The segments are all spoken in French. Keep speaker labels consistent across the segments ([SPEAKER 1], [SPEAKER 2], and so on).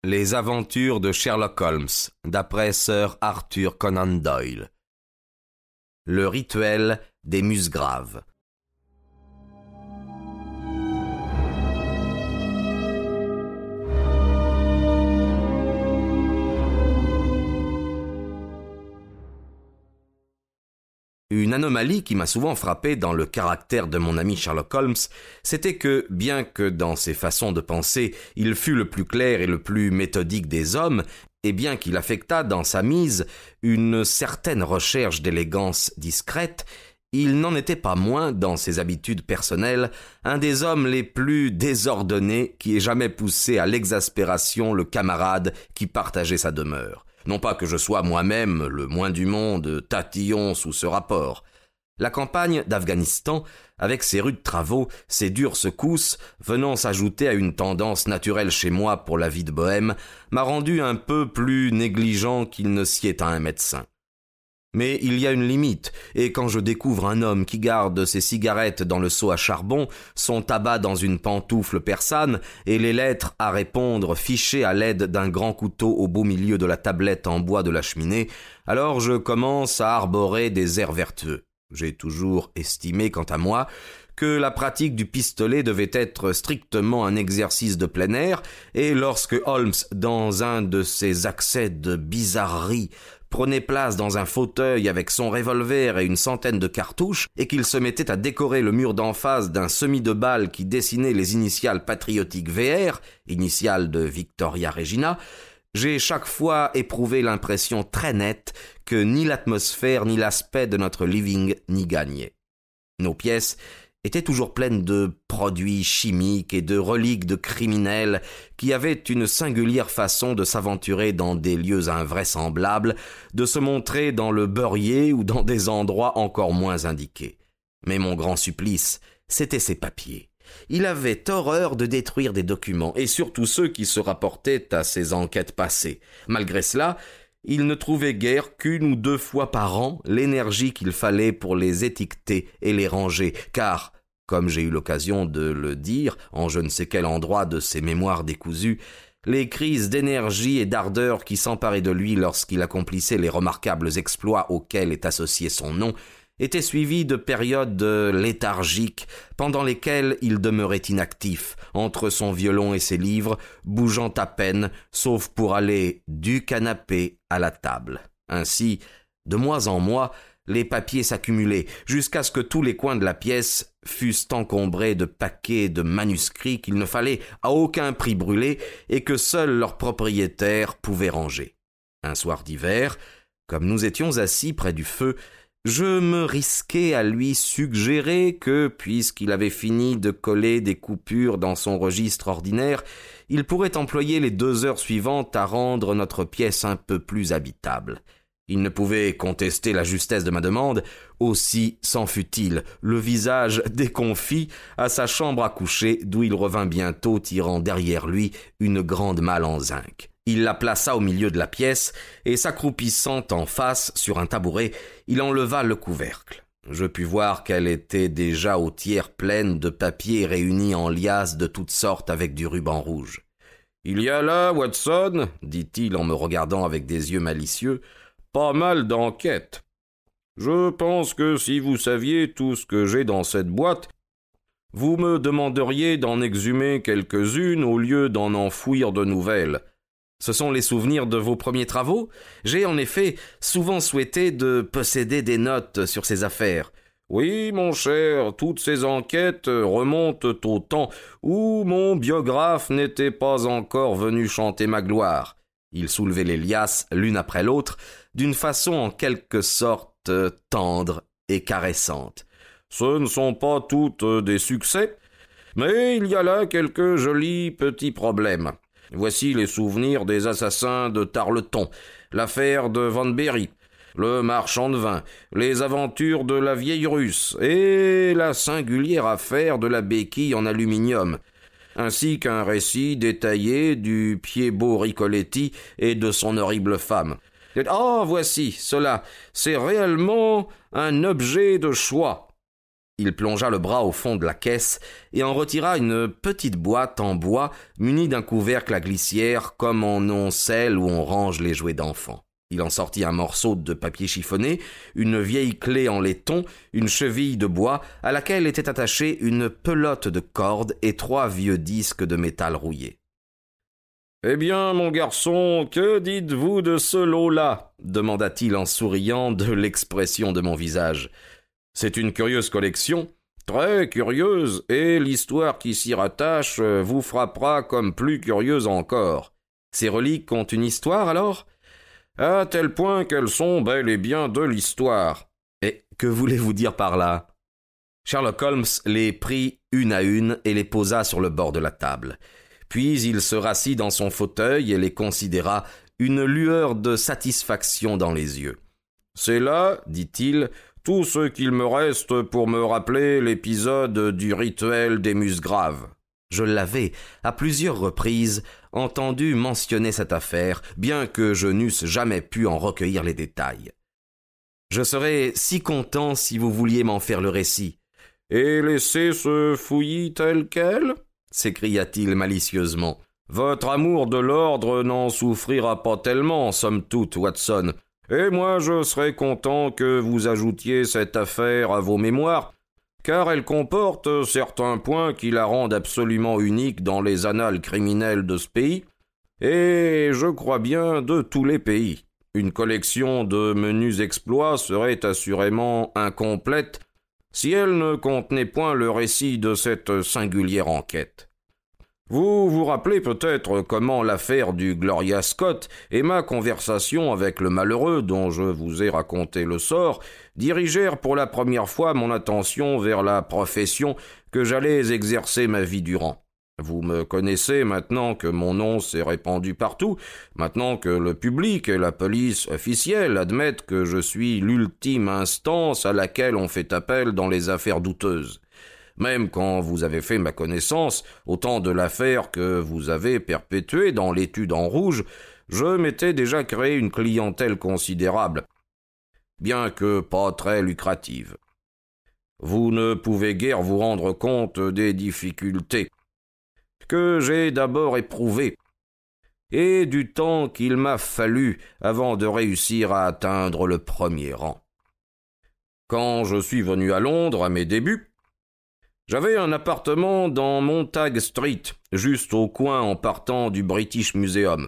[SPEAKER 1] Les aventures de Sherlock Holmes, d'après Sir Arthur Conan Doyle. Le rituel des Musgraves. Une anomalie qui m'a souvent frappé dans le caractère de mon ami Sherlock Holmes, c'était que, bien que dans ses façons de penser, il fût le plus clair et le plus méthodique des hommes, et bien qu'il affectât dans sa mise une certaine recherche d'élégance discrète, il n'en était pas moins, dans ses habitudes personnelles, un des hommes les plus désordonnés qui ait jamais poussé à l'exaspération le camarade qui partageait sa demeure. Non pas que je sois moi-même le moins du monde tatillon sous ce rapport. La campagne d'Afghanistan, avec ses rudes travaux, ses dures secousses, venant s'ajouter à une tendance naturelle chez moi pour la vie de bohème, m'a rendu un peu plus négligent qu'il ne sied à un médecin. Mais il y a une limite, et quand je découvre un homme qui garde ses cigarettes dans le seau à charbon, son tabac dans une pantoufle persane, et les lettres à répondre fichées à l'aide d'un grand couteau au beau milieu de la tablette en bois de la cheminée, alors je commence à arborer des airs vertueux. J'ai toujours estimé, quant à moi, que la pratique du pistolet devait être strictement un exercice de plein air, et lorsque Holmes, dans un de ses accès de bizarrerie, prenait place dans un fauteuil avec son revolver et une centaine de cartouches, et qu'il se mettait à décorer le mur d'en face d'un semis de balles qui dessinait les initiales patriotiques VR, initiales de Victoria Regina, j'ai chaque fois éprouvé l'impression très nette que ni l'atmosphère ni l'aspect de notre living n'y gagnaient. Nos pièces étaient toujours pleines de produits chimiques et de reliques de criminels qui avaient une singulière façon de s'aventurer dans des lieux invraisemblables, de se montrer dans le beurrier ou dans des endroits encore moins indiqués. Mais mon grand supplice, c'était ces papiers. Il avait horreur de détruire des documents, et surtout ceux qui se rapportaient à ses enquêtes passées. Malgré cela, il ne trouvait guère qu'une ou deux fois par an l'énergie qu'il fallait pour les étiqueter et les ranger, car, comme j'ai eu l'occasion de le dire en je ne sais quel endroit de ses mémoires décousues, les crises d'énergie et d'ardeur qui s'emparaient de lui lorsqu'il accomplissait les remarquables exploits auxquels est associé son nom étaient suivies de périodes léthargiques pendant lesquelles il demeurait inactif, entre son violon et ses livres, bougeant à peine, sauf pour aller du canapé à la table. Ainsi, de mois en mois, les papiers s'accumulaient, jusqu'à ce que tous les coins de la pièce fussent encombrés de paquets de manuscrits qu'il ne fallait à aucun prix brûler et que seul leur propriétaire pouvait ranger. Un soir d'hiver, comme nous étions assis près du feu, je me risquai à lui suggérer que, puisqu'il avait fini de coller des coupures dans son registre ordinaire, il pourrait employer les 2 heures suivantes à rendre notre pièce un peu plus habitable. Il ne pouvait contester la justesse de ma demande, aussi s'en fut-il, le visage déconfit, à sa chambre à coucher, d'où il revint bientôt tirant derrière lui une grande malle en zinc. Il la plaça au milieu de la pièce, et s'accroupissant en face sur un tabouret, il enleva le couvercle. Je pus voir qu'elle était déjà au tiers pleine de papiers réunis en liasses de toutes sortes avec du ruban rouge. « Il y a là, Watson, dit-il en me regardant avec des yeux malicieux, pas mal d'enquêtes. Je pense que si vous saviez tout ce que j'ai dans cette boîte, vous me demanderiez d'en exhumer quelques-unes au lieu d'en enfouir de nouvelles. Ce sont les souvenirs de vos premiers travaux ? J'ai en effet souvent souhaité de posséder des notes sur ces affaires. Oui, mon cher, toutes ces enquêtes remontent au temps où mon biographe n'était pas encore venu chanter ma gloire. Il soulevait les liasses l'une après l'autre, d'une façon en quelque sorte tendre et caressante. Ce ne sont pas toutes des succès, mais il y a là quelques jolis petits problèmes. Voici les souvenirs des assassins de Tarleton, l'affaire de Van Berry, le marchand de vin, les aventures de la vieille Russe et la singulière affaire de la béquille en aluminium, ainsi qu'un récit détaillé du Piedbot Ricoletti et de son horrible femme. Ah, voici, cela, c'est réellement un objet de choix. Il plongea le bras au fond de la caisse et en retira une petite boîte en bois munie d'un couvercle à glissière comme en ont celle où on range les jouets d'enfants. Il en sortit un morceau de papier chiffonné, une vieille clé en laiton, une cheville de bois à laquelle était attachée une pelote de corde et 3 vieux disques de métal rouillé. « Eh bien, mon garçon, que dites-vous de ce lot-là » demanda-t-il en souriant de l'expression de mon visage. « C'est une curieuse collection, très curieuse, et l'histoire qui s'y rattache vous frappera comme plus curieuse encore. Ces reliques ont une histoire, alors ?» À tel point qu'elles sont bel et bien de l'histoire. Et que voulez-vous dire par là? Sherlock Holmes les prit une à une et les posa sur le bord de la table. Puis il se rassit dans son fauteuil et les considéra, une lueur de satisfaction dans les yeux. « C'est là, dit-il, tout ce qu'il me reste pour me rappeler l'épisode du rituel des Musgraves. » Je l'avais, à plusieurs reprises, entendu mentionner cette affaire, bien que je n'eusse jamais pu en recueillir les détails. Je serais si content si vous vouliez m'en faire le récit. « Et laisser ce fouillis tel quel ?» s'écria-t-il malicieusement. « Votre amour de l'ordre n'en souffrira pas tellement, somme toute, Watson. Et moi je serais content que vous ajoutiez cette affaire à vos mémoires, car elle comporte certains points qui la rendent absolument unique dans les annales criminelles de ce pays, et je crois bien de tous les pays. Une collection de menus exploits serait assurément incomplète si elle ne contenait point le récit de cette singulière enquête. Vous vous rappelez peut-être comment l'affaire du Gloria Scott et ma conversation avec le malheureux dont je vous ai raconté le sort dirigèrent pour la première fois mon attention vers la profession que j'allais exercer ma vie durant. Vous me connaissez maintenant que mon nom s'est répandu partout, maintenant que le public et la police officielle admettent que je suis l'ultime instance à laquelle on fait appel dans les affaires douteuses. Même quand vous avez fait ma connaissance, au temps de l'affaire que vous avez perpétuée dans l'étude en rouge, je m'étais déjà créé une clientèle considérable, bien que pas très lucrative. Vous ne pouvez guère vous rendre compte des difficultés que j'ai d'abord éprouvées et du temps qu'il m'a fallu avant de réussir à atteindre le premier rang. Quand je suis venu à Londres à mes débuts, j'avais un appartement dans Montague Street, juste au coin en partant du British Museum.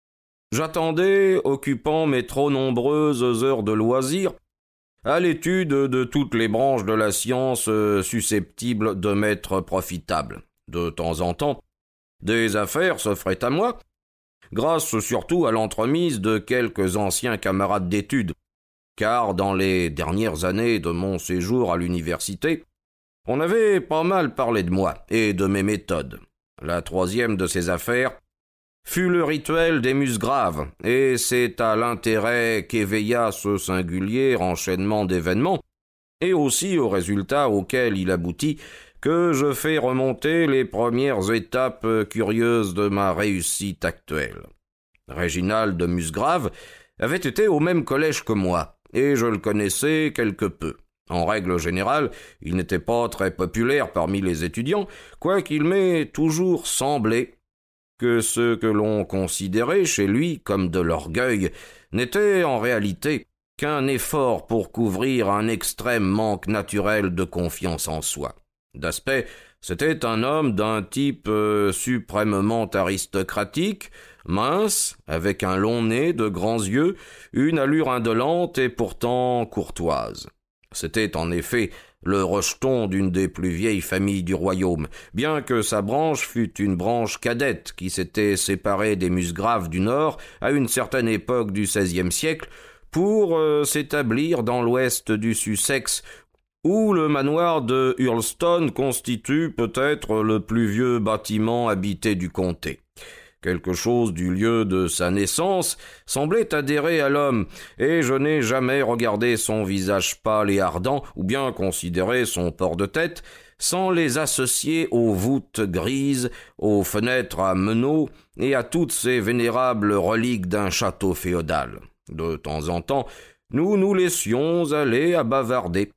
[SPEAKER 1] J'attendais, occupant mes trop nombreuses heures de loisirs, à l'étude de toutes les branches de la science susceptibles de m'être profitables. De temps en temps, des affaires s'offraient à moi, grâce surtout à l'entremise de quelques anciens camarades d'études, car dans les dernières années de mon séjour à l'université, on avait pas mal parlé de moi et de mes méthodes. La troisième de ces affaires fut le rituel des Musgraves, et c'est à l'intérêt qu'éveilla ce singulier enchaînement d'événements, et aussi aux résultats auxquels il aboutit, que je fais remonter les premières étapes curieuses de ma réussite actuelle. Réginald de Musgrave avait été au même collège que moi, et je le connaissais quelque peu. En règle générale, il n'était pas très populaire parmi les étudiants, quoiqu'il m'ait toujours semblé que ce que l'on considérait chez lui comme de l'orgueil n'était en réalité qu'un effort pour couvrir un extrême manque naturel de confiance en soi. D'aspect, c'était un homme d'un type suprêmement aristocratique, mince, avec un long nez, de grands yeux, une allure indolente et pourtant courtoise. C'était en effet le rejeton d'une des plus vieilles familles du royaume, bien que sa branche fût une branche cadette qui s'était séparée des Musgraves du Nord à une certaine époque du XVIe siècle pour s'établir dans l'ouest du Sussex, où le manoir de Hurlstone constitue peut-être le plus vieux bâtiment habité du comté. Quelque chose du lieu de sa naissance semblait adhérer à l'homme, et je n'ai jamais regardé son visage pâle et ardent, ou bien considéré son port de tête, sans les associer aux voûtes grises, aux fenêtres à meneaux et à toutes ces vénérables reliques d'un château féodal. De temps en temps, nous nous laissions aller à bavarder.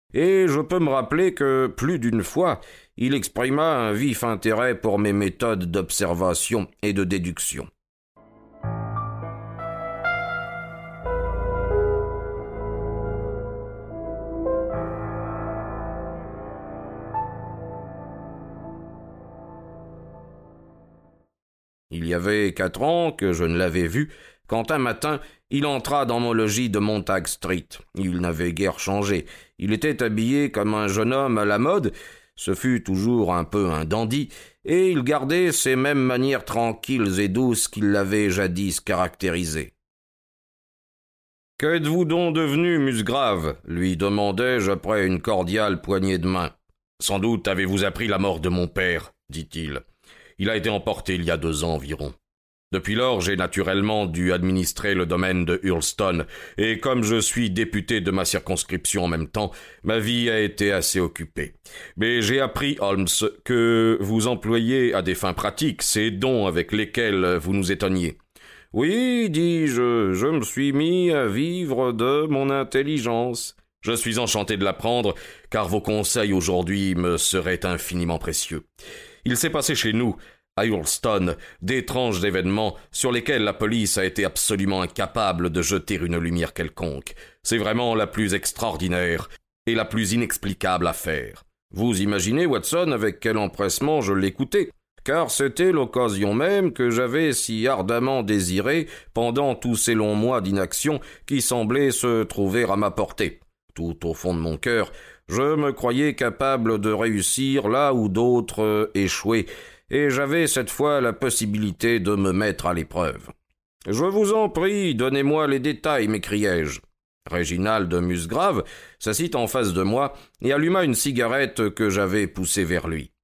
[SPEAKER 1] et je peux me rappeler que, plus d'une fois, il exprima un vif intérêt pour mes méthodes d'observation et de déduction. Il y avait 4 ans que je ne l'avais vu, quand un matin, il entra dans mon logis de Montag Street. Il n'avait guère changé. Il était habillé comme un jeune homme à la mode, ce fut toujours un peu un dandy, et il gardait ces mêmes manières tranquilles et douces qui l'avaient jadis caractérisé. « Qu'êtes-vous donc devenu, Musgrave » lui demandai-je après une cordiale poignée de main. « Sans doute avez-vous appris la mort de mon père, » dit-il. « Il a été emporté il y a 2 ans environ. Depuis lors, j'ai naturellement dû administrer le domaine de Hurlstone, et comme je suis député de ma circonscription en même temps, ma vie a été assez occupée. Mais j'ai appris, Holmes, que vous employez à des fins pratiques ces dons avec lesquels vous nous étonniez. Oui, dis-je, je me suis mis à vivre de mon intelligence. Je suis enchanté de l'apprendre, car vos conseils aujourd'hui me seraient infiniment précieux. Il s'est passé chez nous, à Hurlstone, d'étranges événements sur lesquels la police a été absolument incapable de jeter une lumière quelconque. C'est vraiment la plus extraordinaire et la plus inexplicable affaire. Vous imaginez, Watson, avec quel empressement je l'écoutais, car c'était l'occasion même que j'avais si ardemment désirée pendant tous ces longs mois d'inaction qui semblaient se trouver à ma portée. Tout au fond de mon cœur, je me croyais capable de réussir là où d'autres échouaient, et j'avais cette fois la possibilité de me mettre à l'épreuve. « Je vous en prie, donnez-moi les détails, m'écriai-je. » Réginald Musgrave s'assit en face de moi et alluma une cigarette que j'avais poussée vers lui.